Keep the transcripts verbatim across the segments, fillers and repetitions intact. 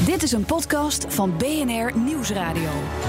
Dit is een podcast van B N R Nieuwsradio.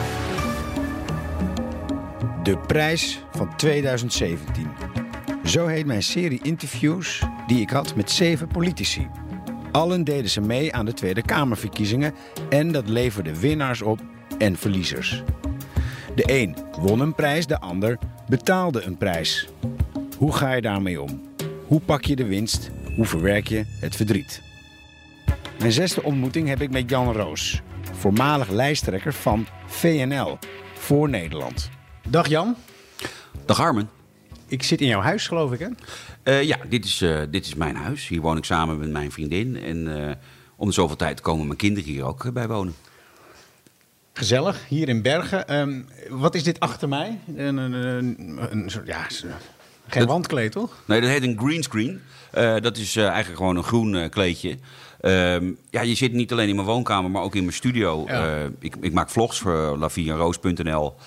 De prijs van tweeduizend zeventien. Zo heet mijn serie interviews die ik had met zeven politici. Allen deden ze mee aan de Tweede Kamerverkiezingen en dat leverde winnaars op en verliezers. De een won een prijs, de ander betaalde een prijs. Hoe ga je daarmee om? Hoe pak je de winst? Hoe verwerk je het verdriet? Mijn zesde ontmoeting heb ik met Jan Roos, voormalig lijsttrekker van V N L voor Nederland. Dag Jan. Dag Armen. Ik zit in jouw huis, geloof ik, hè? Uh, ja, dit is, uh, dit is mijn huis. Hier woon ik samen met mijn vriendin. En uh, om de zoveel tijd komen mijn kinderen hier ook uh, bij wonen. Gezellig, hier in Bergen. Um, wat is dit achter mij? Een, een, een, een soort, ja, geen dat, wandkleed, toch? Nee, dat heet een greenscreen. Uh, dat is uh, eigenlijk gewoon een groen uh, kleedje. Um, ja, je zit niet alleen in mijn woonkamer, maar ook in mijn studio. Ja. Uh, ik, ik maak vlogs voor la vie en roos punt n l.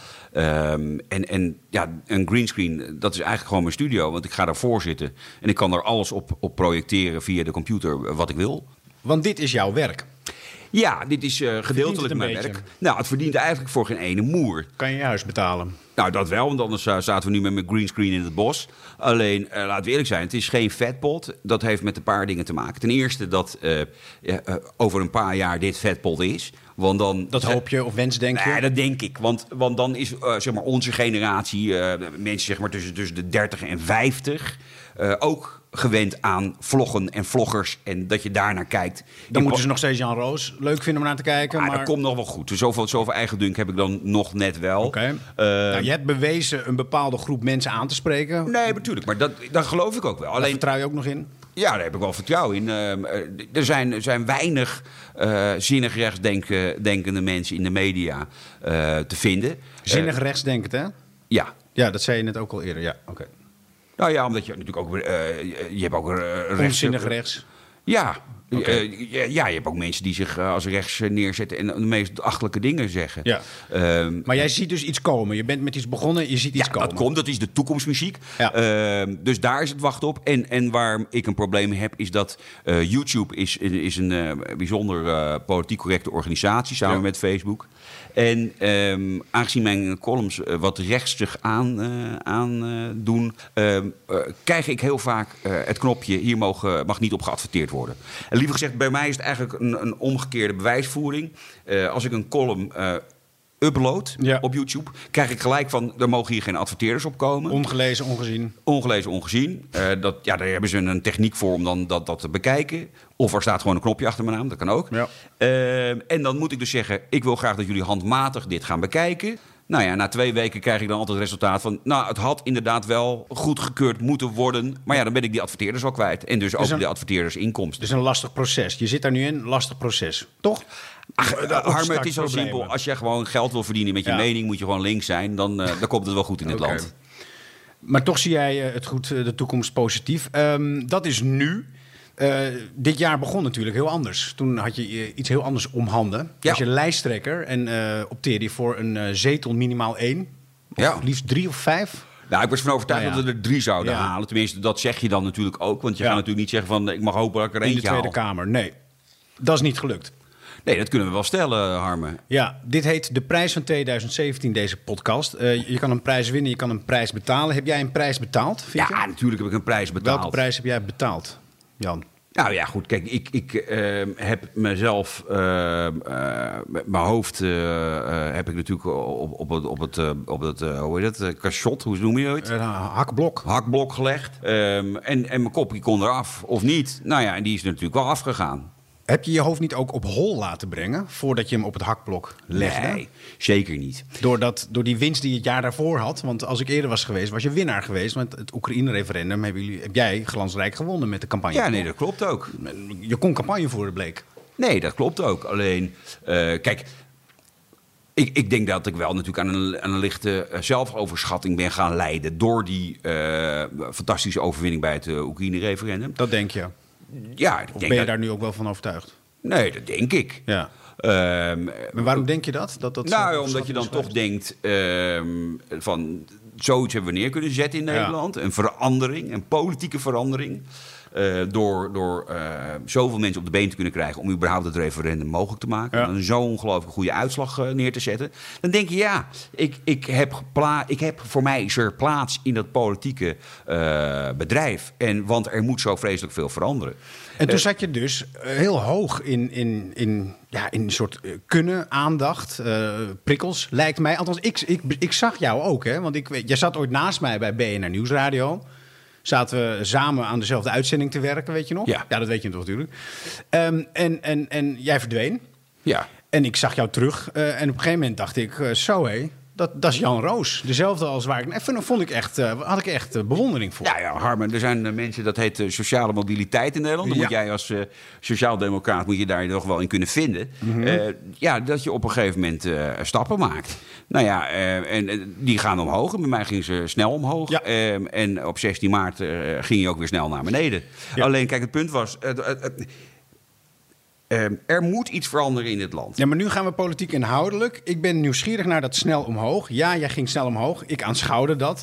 Um, en, en ja, een greenscreen, dat is eigenlijk gewoon mijn studio. Want ik ga daarvoor zitten en ik kan er alles op, op projecteren via de computer wat ik wil. Want dit is jouw werk. Ja, dit is uh, gedeeltelijk mijn beetje? werk. Nou, het verdient eigenlijk voor geen ene moer. Kan je je huis betalen? Nou, dat wel, want anders uh, zaten we nu met mijn greenscreen in het bos. Alleen, uh, laten we eerlijk zijn, het is geen vetpot. Dat heeft met een paar dingen te maken. Ten eerste dat uh, uh, over een paar jaar dit vetpot is. Want dan, dat hoop je of wens, denk je? Nee, dat denk ik. Want, want dan is uh, zeg maar onze generatie, uh, mensen zeg maar tussen, tussen de dertig en vijftig... Uh, ook gewend aan vloggen en vloggers en dat je daarnaar kijkt. Dan moeten ze nog steeds Jan Roos leuk vinden om naar te kijken. Ah, maar... Dat komt nog wel goed. Dus zoveel, zoveel eigendunk heb ik dan nog net wel. Okay. Uh, nou, je hebt bewezen een bepaalde groep mensen aan te spreken. Nee, natuurlijk. Maar dat, dat geloof ik ook wel. Alleen, daar vertrouw je ook nog in? Ja, daar heb ik wel vertrouwen in. Uh, er, zijn, er zijn weinig uh, zinnig rechtsdenkende mensen in de media uh, te vinden. Zinnig uh, rechtsdenkend, hè? Ja. Ja, dat zei je net ook al eerder. Ja, oké. Okay. Nou ja, omdat je natuurlijk ook... Uh, je hebt ook uh, rechts... Onzinnig rechts? Ja. Okay. Uh, ja, je hebt ook mensen die zich uh, als rechts neerzetten en de meest achterlijke dingen zeggen. Ja. Um, maar jij ziet dus iets komen. Je bent met iets begonnen, je ziet iets ja, komen. dat komt. Dat is de toekomstmuziek. Ja. Uh, dus daar is het wachten op. En, en waar ik een probleem heb, is dat uh, YouTube is, is een uh, bijzonder uh, politiek correcte organisatie, samen ja. met Facebook. En um, aangezien mijn columns uh, wat rechtsig aan, uh, aan uh, doen, uh, uh, krijg ik heel vaak uh, het knopje, hier mogen, mag niet op geadverteerd worden. En liever gezegd, bij mij is het eigenlijk een, een omgekeerde bewijsvoering. Uh, als ik een column uh, upload ja. op YouTube, krijg ik gelijk van, er mogen hier geen adverteerders op komen. Ongelezen, ongezien. Ongelezen, ongezien. Uh, dat, ja, daar hebben ze een techniek voor om dan dat, dat te bekijken. Of er staat gewoon een knopje achter mijn naam, dat kan ook. Ja. Uh, en dan moet ik dus zeggen, ik wil graag dat jullie handmatig dit gaan bekijken. Nou ja, na twee weken krijg ik dan altijd het resultaat van, nou, het had inderdaad wel goedgekeurd moeten worden. Maar ja, dan ben ik die adverteerders al kwijt. En dus, dus ook een, de adverteerders inkomsten. Dus een lastig proces. Je zit daar nu in, lastig proces. Toch? Ach, uh, Harmen, het is zo simpel. Als je gewoon geld wil verdienen met je ja. mening, moet je gewoon links zijn. Dan, uh, dan komt het wel goed in het okay. land. Maar toch zie jij uh, het goed, uh, de toekomst positief. Um, dat is nu. Uh, dit jaar begon natuurlijk heel anders. Toen had je uh, iets heel anders om handen. Ja. Was je lijsttrekker en uh, opteerde je voor een uh, zetel minimaal één. Of ja. liefst drie of vijf. Nou, ik was van overtuigd nou ja. dat we er drie zouden ja. halen. Tenminste, dat zeg je dan natuurlijk ook. Want je ja. gaat natuurlijk niet zeggen van, ik mag hopen dat ik er eentje haal. In de Tweede Kamer, nee. Dat is niet gelukt. Nee, dat kunnen we wel stellen, Harmen. Ja, dit heet de prijs van tweeduizend zeventien, deze podcast. Uh, je kan een prijs winnen, je kan een prijs betalen. Heb jij een prijs betaald, vind Ja, je? natuurlijk heb ik een prijs betaald. Welke prijs heb jij betaald, Jan? Nou ja, goed. Kijk, ik, ik uh, heb mezelf, uh, uh, mijn hoofd uh, uh, heb ik natuurlijk op, op het, op het, uh, op het uh, hoe heet het, cachot, hoe noem je het? Uh, hakblok. Hakblok gelegd. Um, en, en mijn kopje kon eraf, of niet. Nou ja, en die is natuurlijk wel afgegaan. Heb je je hoofd niet ook op hol laten brengen voordat je hem op het hakblok legde? Nee, zeker niet. Door, dat, door die winst die je het jaar daarvoor had. Want als ik eerder was geweest, was je winnaar geweest. Want het Oekraïne-referendum heb, jullie, heb jij glansrijk gewonnen met de campagne. Ja, nee, dat klopt ook. Je kon campagne voeren, bleek. Nee, dat klopt ook. Alleen, uh, kijk... Ik, ik denk dat ik wel natuurlijk aan een, aan een lichte zelfoverschatting ben gaan leiden... door die uh, fantastische overwinning bij het uh, Oekraïne-referendum. Dat denk je? Ja, ik of denk ben je dat... daar nu ook wel van overtuigd? Nee, dat denk ik. Ja. Um, maar waarom denk je dat? dat, dat nou, omdat je dan schrijft? toch denkt um, van... zoiets hebben we neer kunnen zetten in Nederland. Ja. Een verandering, een politieke verandering. Uh, door door uh, zoveel mensen op de been te kunnen krijgen om überhaupt het referendum mogelijk te maken. Ja. En zo'n ongelooflijk goede uitslag uh, neer te zetten. Dan denk je, ja, ik, ik, heb pla- ik heb voor mij is er plaats in dat politieke uh, bedrijf. En, want er moet zo vreselijk veel veranderen. En toen zat je dus heel hoog in, in, in, ja, in een soort kunnen, aandacht, uh, prikkels, lijkt mij. Althans, ik, ik, ik zag jou ook, hè? Want ik, jij zat ooit naast mij bij B N R Nieuwsradio. Zaten we samen aan dezelfde uitzending te werken, weet je nog? Ja, ja dat weet je toch natuurlijk. Um, en, en, en jij verdween. Ja. En ik zag jou terug. Uh, en op een gegeven moment dacht ik, uh, zo hé. Dat, dat is Jan Roos. Dezelfde als waar ik... Even, vond ik echt, uh, had ik echt uh, bewondering voor. Ja, ja, Harmen, er zijn uh, mensen, dat heet uh, sociale mobiliteit in Nederland. Dan ja. moet jij als uh, sociaaldemocraat moet je daar toch wel in kunnen vinden. Mm-hmm. Uh, ja, dat je op een gegeven moment uh, stappen maakt. Nou ja, uh, en uh, die gaan omhoog. En bij mij gingen ze snel omhoog. Ja. Uh, en op zestien maart uh, ging je ook weer snel naar beneden. Ja. Alleen, kijk, het punt was... Uh, uh, uh, Uh, er moet iets veranderen in dit land. Ja, maar nu gaan we politiek inhoudelijk. Ik ben nieuwsgierig naar dat snel omhoog. Ja, jij ging snel omhoog. Ik aanschouwde dat.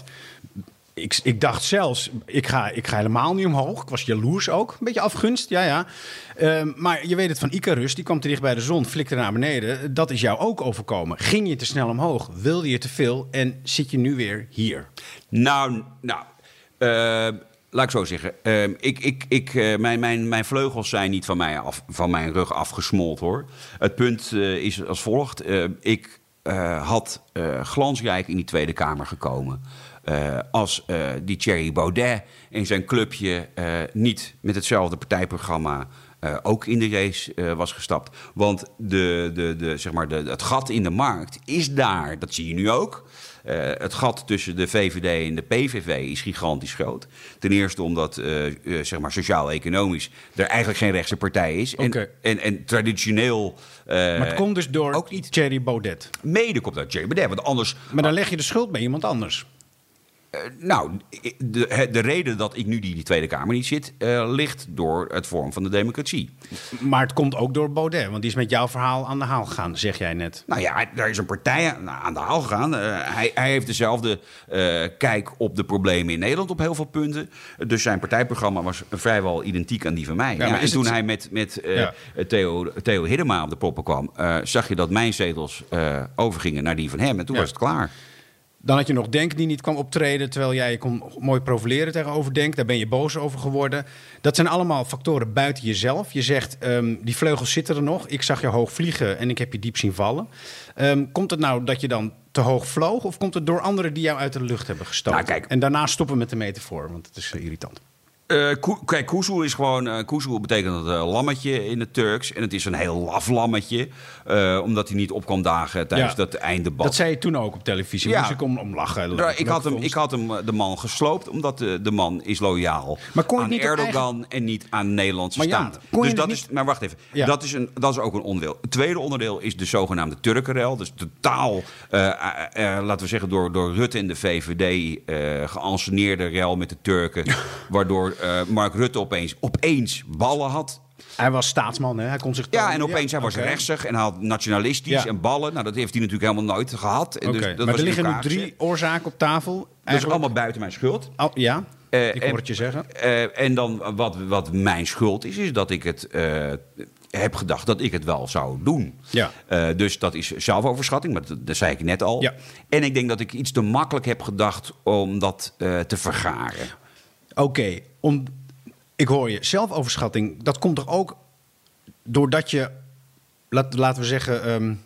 Ik, ik dacht zelfs, ik ga, ik ga helemaal niet omhoog. Ik was jaloers ook. Een beetje afgunst, ja, ja. Uh, maar je weet het van Icarus. Die kwam te dicht bij de zon, flikte naar beneden. Dat is jou ook overkomen. Ging je te snel omhoog? Wilde je te veel? En zit je nu weer hier? Nou, nou... Uh... Laat ik zo zeggen. Uh, ik, ik, ik, uh, mijn, mijn, mijn vleugels zijn niet van, mij af, van mijn rug afgesmold, hoor. Het punt uh, is als volgt. Uh, ik uh, had uh, glansrijk in die Tweede Kamer gekomen. Uh, als uh, die Thierry Baudet en zijn clubje uh, niet met hetzelfde partijprogramma... Uh, ook in de race uh, was gestapt. Want de, de, de, zeg maar de, het gat in de markt is daar. Dat zie je nu ook. Uh, het gat tussen de V V D en de P V V is gigantisch groot. Ten eerste omdat uh, uh, zeg maar sociaal-economisch er eigenlijk geen rechtse partij is. En, okay. en, en traditioneel... Uh, maar het komt dus door ook niet Thierry Baudet. Mede komt uit Thierry Baudet, want anders... Maar dan leg je de schuld bij iemand anders. Uh, nou, de, de reden dat ik nu die, die Tweede Kamer niet zit... Uh, ligt door het vorm van de democratie. Maar het komt ook door Baudet, want die is met jouw verhaal aan de haal gegaan, zeg jij net. Nou ja, daar is een partij aan, aan de haal gegaan. Uh, hij, hij heeft dezelfde uh, kijk op de problemen in Nederland op heel veel punten. Dus zijn partijprogramma was vrijwel identiek aan die van mij. Ja, ja, en toen het... hij met, met uh, ja. Theo, Theo Hiddema op de proppen kwam... Uh, zag je dat mijn zetels uh, overgingen naar die van hem. En toen ja. was het klaar. Dan had je nog Denk die niet kwam optreden... terwijl jij je kon mooi profileren tegenover Denk. Daar ben je boos over geworden. Dat zijn allemaal factoren buiten jezelf. Je zegt, um, die vleugels zitten er nog. Ik zag je hoog vliegen en ik heb je diep zien vallen. Um, komt het nou dat je dan te hoog vloog... of komt het door anderen die jou uit de lucht hebben gestoten? Nou, kijk. En daarna stoppen met de metafoor, want het is uh, irritant. Uh, kijk, kuzu is gewoon... Uh, kuzu betekent het uh, lammetje in het Turks. En het is een heel laf lammetje. Uh, omdat hij niet op kwam dagen tijdens ja. dat einddebat. Dat zei je toen ook op televisie. Ja. Moest ik om, om lachen. Nou, ik, had hem, ik had hem de man gesloopt. Omdat de, de man is loyaal aan Erdogan eigen... en niet aan de Nederlandse maar staat. Ja, dus dat niet... is, maar wacht even. Ja. Dat, is een, dat is ook een onderdeel. Het tweede onderdeel is de zogenaamde Turkenrel. Dus totaal, uh, uh, uh, laten we zeggen, door, door Rutte en de V V D... Uh, geanceneerde rel met de Turken. Waardoor... Uh, Mark Rutte opeens, opeens ballen had. Hij was staatsman, hè? Hij kon zich... Ja, en opeens ja, hij was okay. rechtsig en hij had nationalistisch ja. en ballen. Nou, dat heeft hij natuurlijk helemaal nooit gehad. En okay. dus, dat maar was er liggen nu drie gezet. oorzaken op tafel. Eigenlijk... Dat is allemaal buiten mijn schuld. Oh, ja, uh, ik hoor en, het je zeggen. Uh, en dan wat, wat mijn schuld is, is dat ik het... Uh, heb gedacht dat ik het wel zou doen. Ja. Uh, dus dat is zelfoverschatting, maar dat, dat zei ik net al. Ja. En ik denk dat ik iets te makkelijk heb gedacht om dat uh, te vergaren. Oké, okay. om... Ik hoor je, zelfoverschatting, dat komt toch ook doordat je, laat, laten we zeggen, um,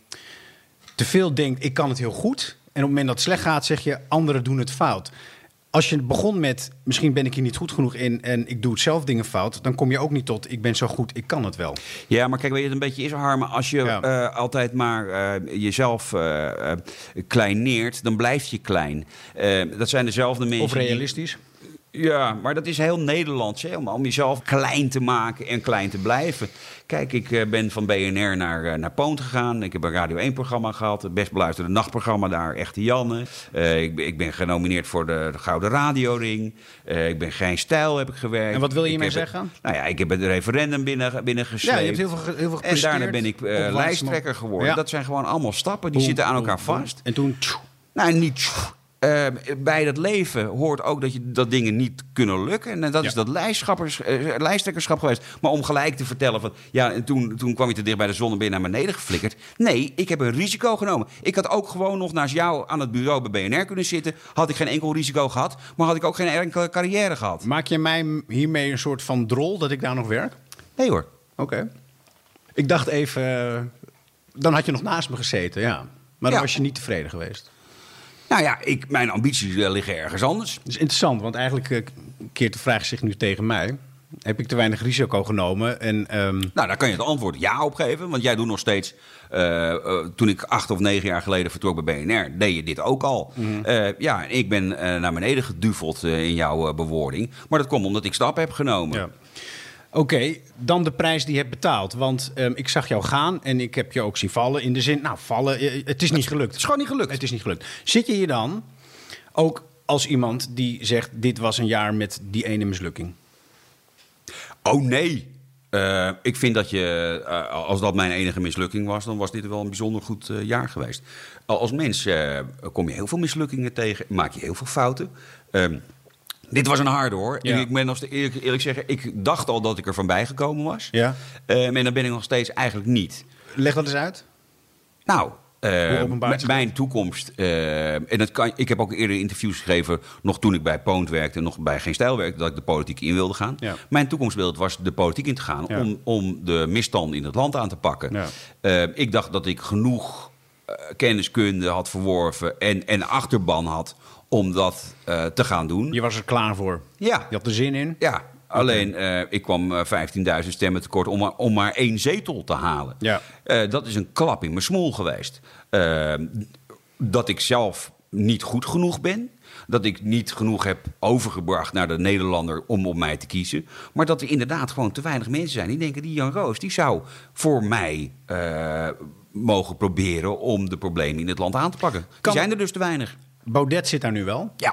te veel denkt, ik kan het heel goed. En op het moment dat het slecht gaat, zeg je, anderen doen het fout. Als je begon met, misschien ben ik hier niet goed genoeg in en ik doe het zelf dingen fout, dan kom je ook niet tot, ik ben zo goed, ik kan het wel. Ja, maar kijk, weet je, het een beetje is, Harmen, als je ja. uh, altijd maar uh, jezelf uh, uh, kleineert, dan blijf je klein. Uh, dat zijn dezelfde mensen. Of realistisch. Die... Ja, maar dat is heel Nederlands, hè, om, om jezelf klein te maken en klein te blijven. Kijk, ik uh, ben van B N R naar, uh, naar Poont gegaan. Ik heb een Radio één-programma gehad, het best beluisterde nachtprogramma daar, Echte Janne. Uh, ik, ik ben genomineerd voor de, de Gouden Radioring. Uh, ik ben Geen Stijl, heb ik gewerkt. En wat wil je hiermee heb, zeggen? Nou ja, ik heb het referendum binnen, binnengesleept. Ja, je hebt heel veel, heel veel en daarna ben ik uh, lijsttrekker geworden. Ja. Dat zijn gewoon allemaal stappen, die Boom, zitten aan elkaar boom, vast. En toen... Nou, niet... Uh, bij dat leven hoort ook dat, je, dat dingen niet kunnen lukken. En dat ja. is dat lijstschappers, uh, lijsttrekkerschap geweest. Maar om gelijk te vertellen van... ja, en toen, toen kwam je te dicht bij de zon en ben je naar beneden geflikkerd. Nee, ik heb een risico genomen. Ik had ook gewoon nog naast jou aan het bureau bij B N R kunnen zitten. Had ik geen enkel risico gehad. Maar had ik ook geen enkele carrière gehad. Maak je mij hiermee een soort van drol dat ik daar nog werk? Nee hoor. Oké. Okay. Ik dacht even... Uh, dan had je nog naast me gezeten, ja. Maar dan ja. was je niet tevreden geweest. Nou ja, ik, mijn ambities uh, liggen ergens anders. Dat is interessant, want eigenlijk uh, keert de vraag zich nu tegen mij. Heb ik te weinig risico genomen? En, um... Nou, daar kan je het antwoord ja op geven. Want jij doet nog steeds... Uh, uh, toen ik acht of negen jaar geleden vertrok bij B N R... deed je dit ook al. Mm-hmm. Uh, ja, ik ben uh, naar beneden geduveld uh, in jouw uh, bewoording. Maar dat komt omdat ik stappen heb genomen. Ja. Oké, okay, dan de prijs die je hebt betaald. Want um, ik zag jou gaan en ik heb je ook zien vallen. In de zin, nou, vallen, het is niet gelukt. Het is gewoon niet gelukt. Het is niet gelukt. Zit je hier dan ook als iemand die zegt... dit was een jaar met die ene mislukking? Oh, nee. Uh, ik vind dat je, uh, als dat mijn enige mislukking was... dan was dit wel een bijzonder goed uh, jaar geweest. Uh, als mens uh, kom je heel veel mislukkingen tegen. Maak je heel veel fouten. Uh, Dit was een harde, hoor. Ja. Ik ben nog steeds, eerlijk, eerlijk zeggen, ik dacht al dat ik er van bijgekomen was. Ja. Uh, en dan ben ik nog steeds eigenlijk niet. Leg dat eens uit. Nou, uh, m- mijn toekomst... Uh, en dat kan, ik heb ook eerder interviews gegeven... nog toen ik bij Poont werkte, nog bij Geen Stijl werkte... dat ik de politiek in wilde gaan. Ja. Mijn toekomstbeeld was de politiek in te gaan... Ja. Om, om de misstanden in het land aan te pakken. Ja. Uh, ik dacht dat ik genoeg uh, kenniskunde had verworven... en, en achterban had... om dat uh, te gaan doen. Je was er klaar voor? Ja. Je had er zin in? Ja. Alleen, uh, ik kwam uh, vijftienduizend stemmen tekort om maar, om maar één zetel te halen. Ja. Uh, dat is een klap in mijn smoel geweest. Uh, dat ik zelf niet goed genoeg ben. Dat ik niet genoeg heb overgebracht naar de Nederlander om op mij te kiezen. Maar dat er inderdaad gewoon te weinig mensen zijn die denken... die Jan Roos, die zou voor mij uh, mogen proberen... om de problemen in het land aan te pakken. Kan... Die zijn er dus te weinig. Baudet zit daar nu wel? Ja.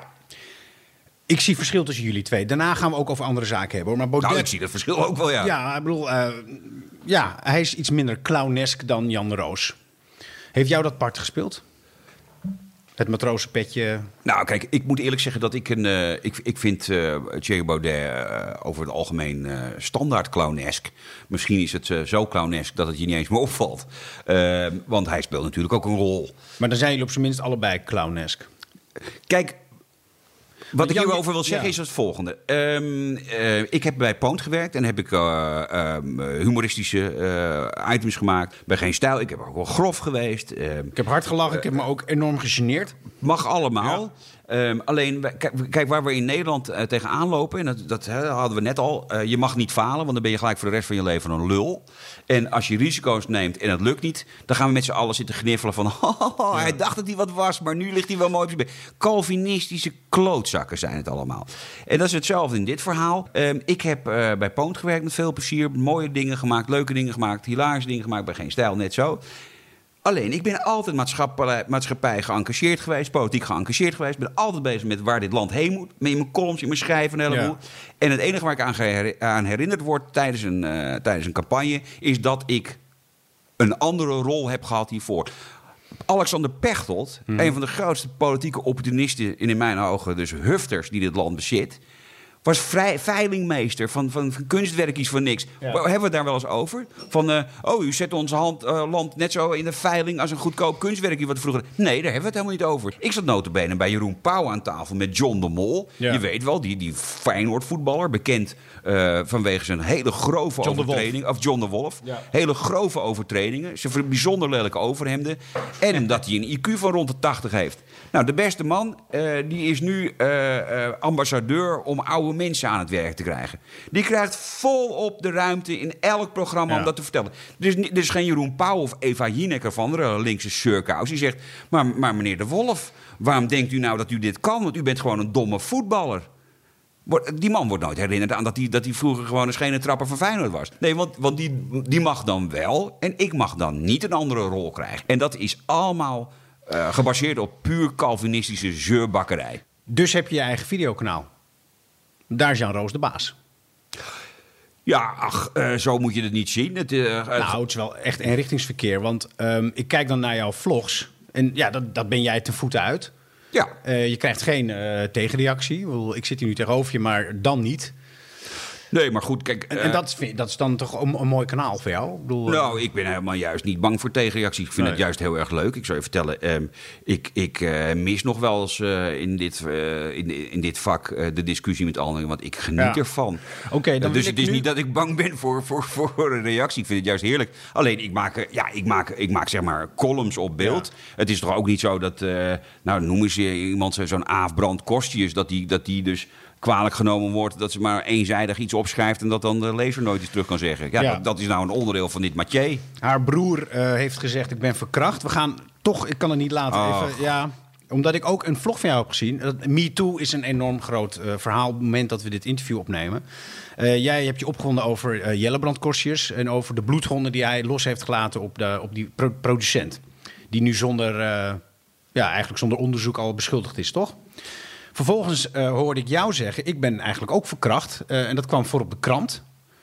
Ik zie verschil tussen jullie twee. Daarna gaan we ook over andere zaken hebben, hoor. Maar Baudet... Nou, ik zie dat verschil ook wel, ja. Ja, ik bedoel... Uh, ja, hij is iets minder clownesk dan Jan Roos. Heeft jou dat part gespeeld? Het matrozenpetje? Nou, kijk, ik moet eerlijk zeggen dat ik een... Uh, ik, ik vind uh, Thierry Baudet uh, over het algemeen uh, standaard clownesk. Misschien is het uh, zo clownesk dat het je niet eens meer opvalt. Uh, want hij speelt natuurlijk ook een rol. Maar dan zijn jullie op zijn minst allebei clownesk. Kijk... Wat ik hierover wil zeggen ja. is het volgende. Um, uh, ik heb bij Poont gewerkt en heb ik uh, um, humoristische uh, items gemaakt. Bij Geen Stijl. Ik heb ook wel grof geweest. Um, ik heb hard gelachen. Uh, ik heb me ook enorm gegeneerd. Mag allemaal. Ja. Um, alleen, kijk, kijk, waar we in Nederland uh, tegenaan lopen... en dat, dat hè, hadden we net al... Uh, je mag niet falen, want dan ben je gelijk voor de rest van je leven een lul. En als je risico's neemt en het lukt niet... dan gaan we met z'n allen zitten gniffelen van... Oh, ja. Hij dacht dat hij wat was, maar nu ligt hij wel mooi op zijn been. Calvinistische klootzakken zijn het allemaal. En dat is hetzelfde in dit verhaal. Um, ik heb uh, bij Poont gewerkt met veel plezier. Mooie dingen gemaakt, leuke dingen gemaakt... hilarische dingen gemaakt, bij Geen Stijl, net zo... Alleen, ik ben altijd maatschappij, maatschappij geëngageerd geweest, politiek geëngageerd geweest. Ik ben altijd bezig met waar dit land heen moet. In mijn columns, in mijn schrijven, een heleboel. Ja. En het enige waar ik aan, geher, aan herinnerd word tijdens een, uh, tijdens een campagne... is dat ik een andere rol heb gehad hiervoor. Alexander Pechtold, hmm. een van de grootste politieke opportunisten... in mijn ogen, dus hufters die dit land bezit... was vrij, veilingmeester van, van, van kunstwerkjes voor niks. Ja. Hebben we het daar wel eens over? Van, uh, oh, u zet ons hand, uh, land net zo in de veiling... als een goedkoop kunstwerkje wat vroeger... Nee, daar hebben we het helemaal niet over. Ik zat nota bene bij Jeroen Pauw aan tafel met John de Mol. Ja. Je weet wel, die, die Feyenoord-voetballer... bekend uh, vanwege zijn hele grove John overtredingen. Of John de Wolf. Ja. Hele grove overtredingen. Zijn bijzonder lelijke overhemden. En omdat hij een I Q van rond de tachtig heeft. Nou, de beste man, uh, die is nu uh, uh, ambassadeur... om oude mensen aan het werk te krijgen. Die krijgt volop de ruimte in elk programma ja. om dat te vertellen. Dus er is geen Jeroen Pauw of Eva Jinek of andere linkse surkous die zegt... Maar, maar meneer De Wolf, waarom denkt u nou dat u dit kan? Want u bent gewoon een domme voetballer. Die man wordt nooit herinnerd aan dat hij, dat hij vroeger gewoon een schene trapper van Feyenoord was. Nee, want, want die, die mag dan wel en ik mag dan niet een andere rol krijgen. En dat is allemaal uh, gebaseerd op puur Calvinistische zeurbakkerij. Dus heb je je eigen videokanaal. Daar is Jan Roos de baas. Ja, ach, uh, zo moet je het niet zien. Het, uh, het... Nou, het is wel echt eenrichtingsverkeer. Want um, ik kijk dan naar jouw vlogs. En ja, dat, dat ben jij ten voeten uit. Ja. Uh, je krijgt geen uh, tegenreactie. Ik, bedoel, ik zit hier nu tegenover je, maar dan niet. Nee, maar goed, kijk... En, en dat, is, dat is dan toch een, een mooi kanaal voor jou? Ik bedoel, nou, ik ben helemaal juist niet bang voor tegenreacties. Ik vind nee. het juist heel erg leuk. Ik zou je vertellen, um, ik, ik uh, mis nog wel eens uh, in, dit, uh, in, in dit vak uh, de discussie met anderen, want ik geniet ja. ervan. Okay, dan uh, dus het is nu... niet dat ik bang ben voor, voor, voor een reactie. Ik vind het juist heerlijk. Alleen, ik maak, ja, ik maak, ik maak zeg maar columns op beeld. Ja. Het is toch ook niet zo dat, uh, nou noem eens iemand zo'n Aaf Brand Kostjes, dat die, dat die dus... kwalijk genomen wordt dat ze maar eenzijdig iets opschrijft en dat dan de lezer nooit iets terug kan zeggen. Ja, ja. Dat, dat is nou een onderdeel van dit métier. Haar broer uh, heeft gezegd, ik ben verkracht. We gaan toch, ik kan het niet laten oh. even... Ja, omdat ik ook een vlog van jou heb gezien. Me Too is een enorm groot uh, verhaal op het moment dat we dit interview opnemen. Uh, jij hebt je opgewonden over uh, Jellebrand Kostjes en over de bloedgronden die hij los heeft gelaten op, de, op die pro- producent. Die nu zonder, uh, ja, eigenlijk zonder onderzoek al beschuldigd is, toch? Vervolgens uh, hoorde ik jou zeggen, ik ben eigenlijk ook verkracht. Uh, en dat kwam voor op de krant.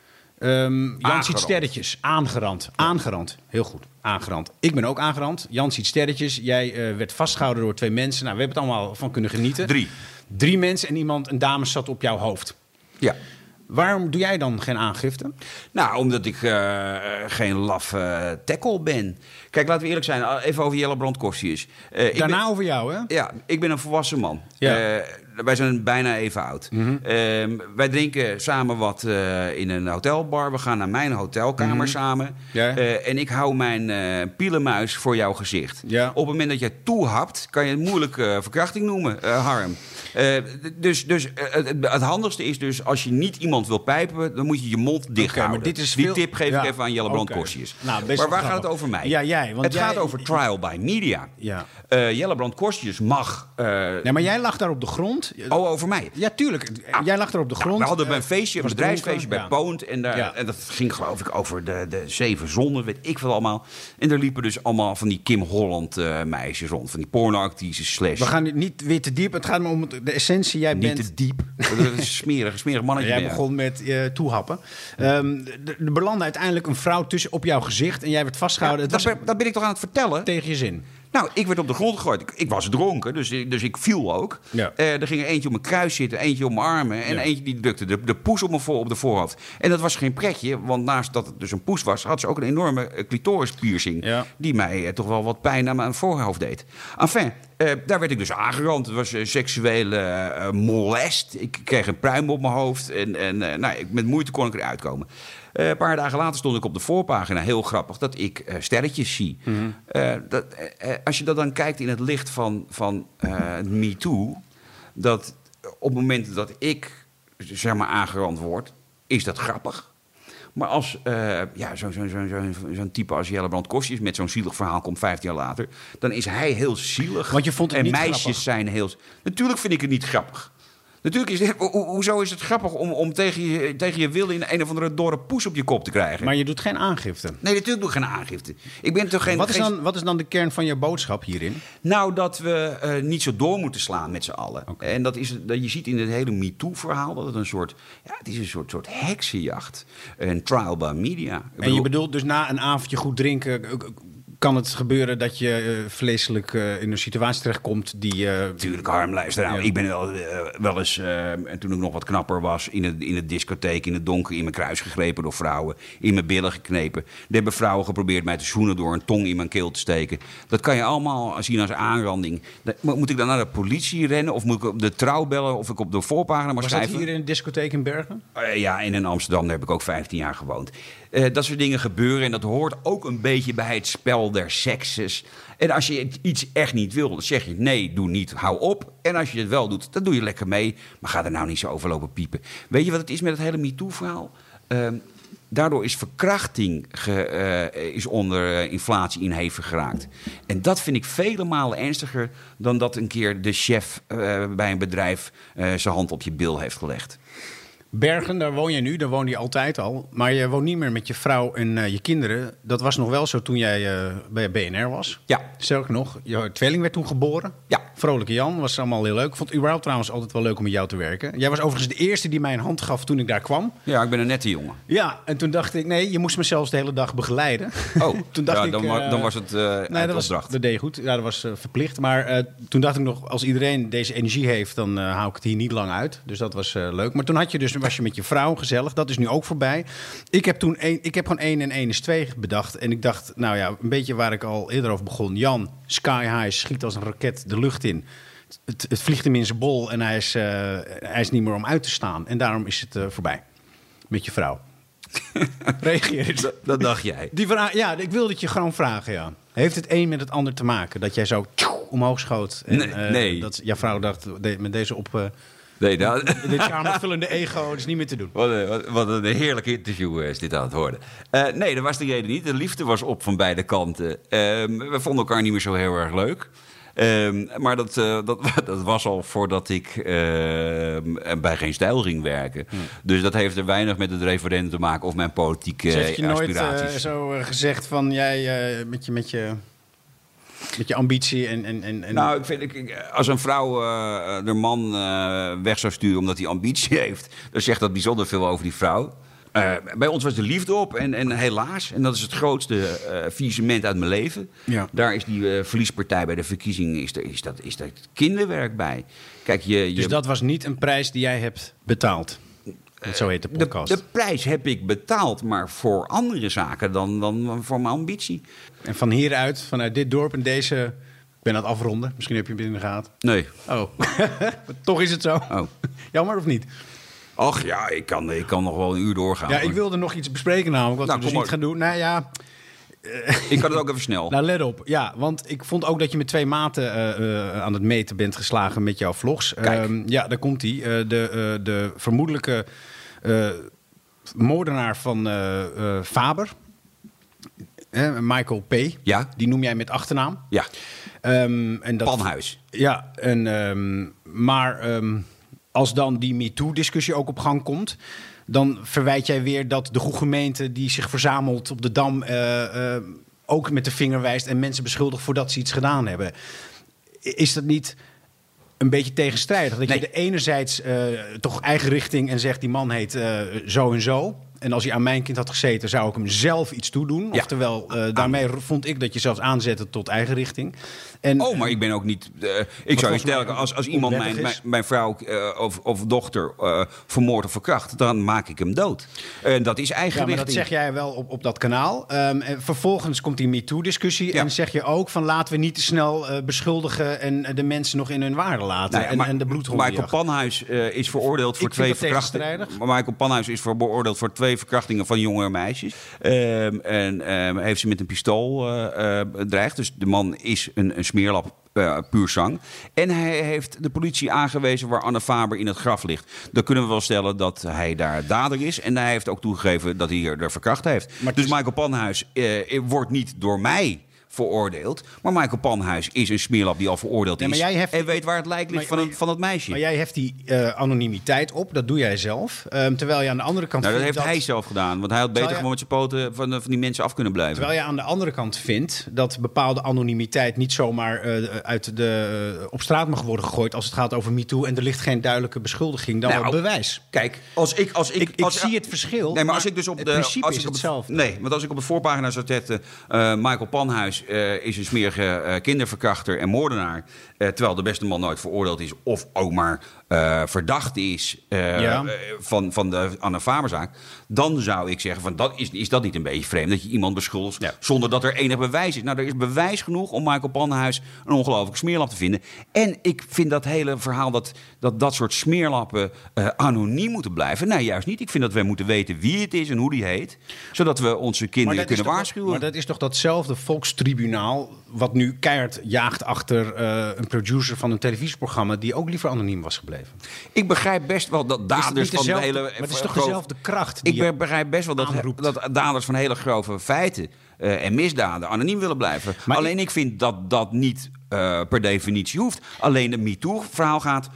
Um, Jan ziet sterretjes. Aangerand. Aangerand. Heel goed. Aangerand. Ik ben ook aangerand. Jan ziet sterretjes. Jij uh, werd vastgehouden door twee mensen. Nou, we hebben het allemaal van kunnen genieten. Drie. Drie mensen en iemand, een dame zat op jouw hoofd. Ja. Waarom doe jij dan geen aangifte? Nou, omdat ik uh, geen laf uh, tackle ben. Kijk, laten we eerlijk zijn. Even over Jellebrand Kostjes. Uh, Daarna ben, over jou, hè? Ja, ik ben een volwassen man. Ja. Uh, wij zijn bijna even oud. Mm-hmm. Uh, wij drinken samen wat uh, in een hotelbar. We gaan naar mijn hotelkamer mm-hmm. samen. Ja. Uh, en ik hou mijn uh, pielenmuis voor jouw gezicht. Ja. Op het moment dat jij toehapt, kan je het moeilijk uh, verkrachting noemen, uh, Harm. Uh, dus dus uh, het, het handigste is dus, als je niet iemand wil pijpen, dan moet je je mond dicht okay, houden. Maar dit is Die veel... tip geef ja. ik even aan Jellebrand okay. Kostjes. Nou, maar waar grappig. gaat het over mij? Ja, jij. Want het jij... gaat over trial by media. Ja. Uh, Jellebrand Kostjes mag... Uh... Nee, maar jij lag daar op de grond. Oh, over mij? Ja, tuurlijk. Ah, jij lag daar op de grond. We hadden bij een feestje, een bedrijfsfeestje bij ja. Poont. En, daar, ja. en dat ging geloof ik over de, de zeven zonden, weet ik veel allemaal. En daar liepen dus allemaal van die Kim Holland uh, meisjes rond. Van die pornoactrices slash. We gaan niet weer te diep. Het gaat maar om de essentie. Jij niet bent... te diep. Dat is smerig, smerig mannetje. Jij ben, begon met uh, toehappen. Um, er belandde uiteindelijk een vrouw tussen op jouw gezicht. En jij werd vastgehouden. Ja, dat, was ben, dat ben ik toch aan het vertellen? Tegen je zin. Nou, ik werd op de grond gegooid. Ik, ik was dronken, dus, dus ik viel ook. Ja. Uh, er ging er eentje op mijn kruis zitten, eentje op mijn armen... en ja. eentje die drukte de, de poes op, mijn voor, op de voorhoofd. En dat was geen pretje, want naast dat het dus een poes was... had ze ook een enorme uh, clitorispiercing... Ja. die mij uh, toch wel wat pijn aan mijn voorhoofd deed. Enfin, uh, daar werd ik dus aangerand. Het was uh, seksuele uh, molest. Ik kreeg een pruim op mijn hoofd. En, en uh, nou, met moeite kon ik eruit komen. Uh, een paar dagen later stond ik op de voorpagina, heel grappig, dat ik uh, sterretjes zie. Mm-hmm. Uh, dat, uh, als je dat dan kijkt in het licht van, van uh, Me Too, dat op het moment dat ik zeg maar aangerand word, is dat grappig. Maar als uh, ja, zo'n zo, zo, zo, zo'n type als Jellebrand Kostjes met zo'n zielig verhaal komt vijftien jaar later, dan is hij heel zielig. Want je vond het en niet meisjes grappig. zijn heel... Natuurlijk vind ik het niet grappig. Natuurlijk is het, ho- hoezo is het grappig om, om tegen, je, tegen je wil in een of andere dorre poes op je kop te krijgen? Maar je doet geen aangifte. Nee, natuurlijk doe ik geen aangifte. Ik ben toch geen, wat, is geen... dan, wat is dan de kern van je boodschap hierin? Nou, dat we uh, niet zo door moeten slaan met z'n allen. Okay. En dat is, dat je ziet in het hele MeToo-verhaal dat het een soort, ja, het is een soort, soort heksenjacht. Een trial by media. Ik en bedoel... je bedoelt dus na een avondje goed drinken... kan het gebeuren dat je uh, vleeselijk uh, in een situatie terechtkomt die... Uh, Tuurlijk, Harm, luister nou. Ja. Ik ben wel, uh, wel eens, uh, en toen ik nog wat knapper was... in de, in de discotheek, in het donker, in mijn kruis gegrepen door vrouwen. In mijn billen geknepen. Er hebben vrouwen geprobeerd mij te zoenen door een tong in mijn keel te steken. Dat kan je allemaal zien als aanranding. Moet ik dan naar de politie rennen? Of moet ik op de Trouw bellen? Of ik op de voorpagina maar was schrijven? Was dat hier in een discotheek in Bergen? Uh, ja, en in Amsterdam. Daar heb ik ook vijftien jaar gewoond. Uh, dat soort dingen gebeuren. En dat hoort ook een beetje bij het spel der sekses. En als je iets echt niet wil, dan zeg je nee, doe niet, hou op. En als je het wel doet, dan doe je lekker mee. Maar ga er nou niet zo over lopen piepen. Weet je wat het is met het hele MeToo-verhaal? Uh, daardoor is verkrachting ge, uh, is onder uh, inflatie inhevig geraakt. En dat vind ik vele malen ernstiger dan dat een keer de chef uh, bij een bedrijf uh, zijn hand op je bil heeft gelegd. Bergen, daar woon jij nu, daar woonde je altijd al. Maar je woont niet meer met je vrouw en uh, je kinderen. Dat was nog wel zo toen jij uh, bij B N R was. Ja. Sterker nog, je tweeling werd toen geboren. Ja. Vrolijke Jan, was allemaal heel leuk. Ik vond het überhaupt trouwens altijd wel leuk om met jou te werken. Jij was overigens de eerste die mij een hand gaf toen ik daar kwam. Ja, ik ben een nette jongen. Ja, en toen dacht ik, nee, je moest me zelfs de hele dag begeleiden. Oh, toen dacht ja, ik, dan, uh, dan was het uh, nee, dat, was, dat deed je goed. Ja, dat was uh, verplicht. Maar uh, toen dacht ik nog, als iedereen deze energie heeft, dan uh, hou ik het hier niet lang uit. Dus dat was uh, leuk. Maar toen had je dus, was je met je vrouw gezellig. Dat is nu ook voorbij. Ik heb toen een, ik heb gewoon één en één is twee bedacht. En ik dacht, nou ja, een beetje waar ik al eerder over begon. Jan, sky high, schiet als een raket de lucht in. Het, het vliegt hem in zijn bol en hij is, uh, hij is niet meer om uit te staan. En daarom is het uh, voorbij. Met je vrouw. Reageer eens. Dat, dat dacht jij. Die vraag, ja, ik wilde het je gewoon vragen, ja. Heeft het een met het ander te maken? Dat jij zo omhoog schoot? En, nee, uh, nee. Dat jouw vrouw dacht, de, met deze op... Uh, nee, dat... dit kamervullende ego, dat is niet meer te doen. Wat een, wat, wat een heerlijk interview is dit aan het worden. Uh, nee, dat was de reden niet. De liefde was op van beide kanten. Uh, we vonden elkaar niet meer zo heel erg leuk. Um, maar dat, uh, dat, dat was al voordat ik uh, bij Geen Stijl ging werken. Hmm. Dus dat heeft er weinig met het referendum te maken of mijn politieke dus heb je aspiraties. nooit uh, zo uh, gezegd van jij uh, met, je, met, je, met je ambitie en... en, en, en... Nou, ik vind, ik, als een vrouw uh, de man uh, weg zou sturen omdat hij ambitie heeft, dan zegt dat bijzonder veel over die vrouw. Uh, bij ons was de liefde op en, en helaas, en dat is het grootste uh, faillissement uit mijn leven. Ja. Daar is die uh, verliespartij bij de verkiezingen, is, er, is, dat, is dat kinderwerk bij. Kijk, je, je... Dus dat was niet een prijs die jij hebt betaald? Uh, zo heet de podcast. De, de prijs heb ik betaald, maar voor andere zaken dan, dan voor mijn ambitie. En van hieruit, vanuit dit dorp en deze... Ik ben aan het afronden, misschien heb je hem in de gaten. Nee. Oh, toch is het zo. Oh. Jammer of niet? Ach ja, ik kan, ik kan nog wel een uur doorgaan. Ja, ik wilde nog iets bespreken namelijk, wat nou, we dus niet gaan doen. Nou ja... Ik kan het ook even snel. Nou, let op. Ja, want ik vond ook dat je met twee maten uh, uh, aan het meten bent geslagen met jouw vlogs. Kijk. Uh, ja, daar komt hij. Uh, de, uh, de vermoedelijke uh, moordenaar van uh, uh, Faber. Uh, Michael P. Ja. Die noem jij met achternaam. Ja. Um, en dat, Panhuis. Ja, en, um, maar um, als dan die MeToo-discussie ook op gang komt... dan verwijt jij weer dat de goede gemeente die zich verzamelt op de Dam... Uh, uh, ook met de vinger wijst en mensen beschuldigt voordat ze iets gedaan hebben. Is dat niet een beetje tegenstrijdig? Dat nee. je de enerzijds uh, toch eigen richting en zegt die man heet uh, zo en zo... En als hij aan mijn kind had gezeten, zou ik hem zelf iets toedoen. Ja. Oftewel, uh, daarmee vond ik dat je zelfs aanzette tot eigen richting. En, oh, maar ik ben ook niet... Uh, ik zou je stellen, als, als iemand mijn, mijn, mijn vrouw uh, of, of dochter uh, vermoordt of verkracht... dan maak ik hem dood. En uh, dat is eigen ja, maar richting. Dat zeg jij wel op, op dat kanaal. Um, en vervolgens komt die MeToo-discussie. Ja. En zeg je ook van laten we niet te snel uh, beschuldigen... en uh, de mensen nog in hun waarde laten. Nee, en, maar, en de bloedhonden Michael Panhuis uh, is veroordeeld voor ik twee verkrachtingen. Michael Panhuis is veroordeeld voor twee verkrachtingen van jonge meisjes. Um, en um, heeft ze met een pistool uh, uh, bedreigd. Dus de man is een, een smeerlap. Uh, puur zang. En hij heeft de politie aangewezen waar Anne Faber in het graf ligt. Dan kunnen we wel stellen dat hij daar dader is. En hij heeft ook toegegeven dat hij er verkracht heeft. Maar dus is... Michael Panhuis uh, wordt niet door mij veroordeeld. Maar Michael Panhuis is een smeerlap die al veroordeeld is. Ja, heft... En weet waar het lijk ligt maar, van, maar, van het meisje. Maar jij heft die uh, anonimiteit op. Dat doe jij zelf. Um, terwijl je aan de andere kant... Nou, dat vindt heeft dat... hij zelf gedaan. Want hij had beter gewoon met zijn poten van, van die mensen af kunnen blijven. Terwijl je aan de andere kant vindt dat bepaalde anonimiteit niet zomaar uh, uit de, uh, op straat mag worden gegooid als het gaat over MeToo. En er ligt geen duidelijke beschuldiging dan nou, bewijs. Kijk, als ik... Als ik, ik, ik als, zie het verschil. Nee, maar, maar als ik dus op het de... principe als is ik op hetzelfde. Nee, want als ik op de voorpagina zou zetten... Uh, Michael Panhuis uh, is een smerige uh, kinderverkrachter en moordenaar. Uh, terwijl de beste man nooit veroordeeld is of ook maar uh, verdacht is uh, ja. uh, van, van de Anne Faberzaak. Dan zou ik zeggen, van, dat is, is dat niet een beetje vreemd? Dat je iemand beschuldigt ja. zonder dat er enig bewijs is. Nou, er is bewijs genoeg om Michael Panhuis een ongelooflijke smeerlap te vinden. En ik vind dat hele verhaal dat dat, dat soort smeerlappen uh, anoniem moeten blijven. Nou, juist niet. Ik vind dat we moeten weten wie het is en hoe die heet. Zodat we onze kinderen kunnen waarschuwen. Maar dat is toch datzelfde volkstribunaal wat nu keihard jaagt achter uh, een producer van een televisieprogramma die ook liever anoniem was gebleven. Ik begrijp best wel dat daders van de hele... Maar het is toch grove, dezelfde kracht? Die ik begrijp best wel dat, dat daders van hele grove feiten uh, en misdaden anoniem willen blijven. Maar Alleen ik, ik vind dat dat niet uh, per definitie hoeft. Alleen het MeToo-verhaal gaat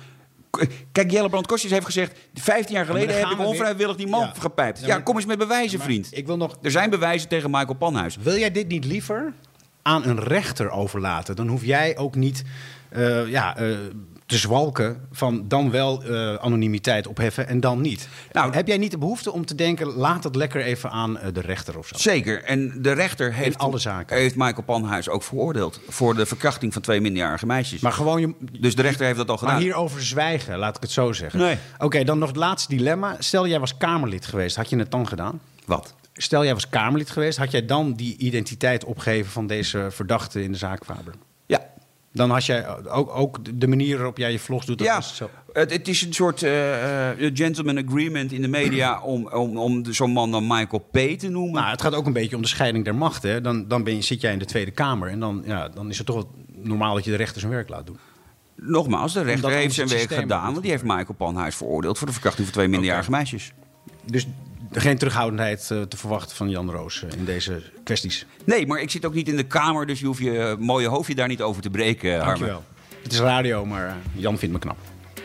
Kijk, Jelle Brand-Kostjes heeft gezegd... vijftien jaar geleden ja, heb ik onvrijwillig die man ja. gepijpt. Ja, Ja, maar, kom eens met bewijzen, maar vriend. Ik wil nog... Er zijn bewijzen tegen Michael Panhuis. Wil jij dit niet liever aan een rechter overlaten? Dan hoef jij ook niet uh, ja, uh, te zwalken van dan wel uh, anonimiteit opheffen en dan niet. Nou, heb jij niet de behoefte om te denken, laat het lekker even aan uh, de rechter of zo? Zeker. En de rechter heeft, alle zaken. heeft Michael Panhuis ook veroordeeld voor de verkrachting van twee minderjarige meisjes. Maar gewoon je, dus de rechter heeft dat al gedaan. Maar hierover zwijgen, laat ik het zo zeggen. Nee. Oké, okay, dan nog het laatste dilemma. Stel, jij was Kamerlid geweest. Had je het dan gedaan? Wat? Stel, jij was Kamerlid geweest. Had jij dan die identiteit opgegeven van deze verdachte in de zaak Faber? Ja. Dan had jij ook, ook de manier waarop jij je vlogs doet. Dat ja, was zo. Het, het is een soort uh, gentleman agreement in de media om, om, om zo'n man dan Michael P. te noemen. Nou, het gaat ook een beetje om de scheiding der machten. Hè. Dan, dan ben je, zit jij in de Tweede Kamer en dan, ja, dan is het toch wel normaal dat je de rechter zijn werk laat doen. Nogmaals, de rechter heeft zijn werk gedaan, want die heeft Michael Panhuis veroordeeld voor de verkrachting van twee minderjarige okay. meisjes. Dus geen terughoudendheid uh, te verwachten van Jan Roos uh, in deze kwesties? Nee, maar ik zit ook niet in de Kamer, dus je hoeft je uh, mooie hoofdje daar niet over te breken, Harmen. Dankjewel. Het is radio, maar uh, Jan vindt me knap.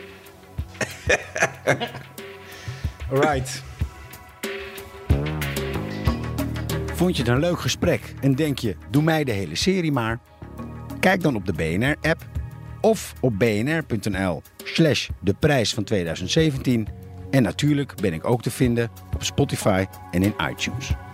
Alright. Vond je het een leuk gesprek en denk je, doe mij de hele serie maar? Kijk dan op de B N R-app of op bnr.nl slash de prijs van tweeduizend zeventien. En natuurlijk ben ik ook te vinden op Spotify en in iTunes.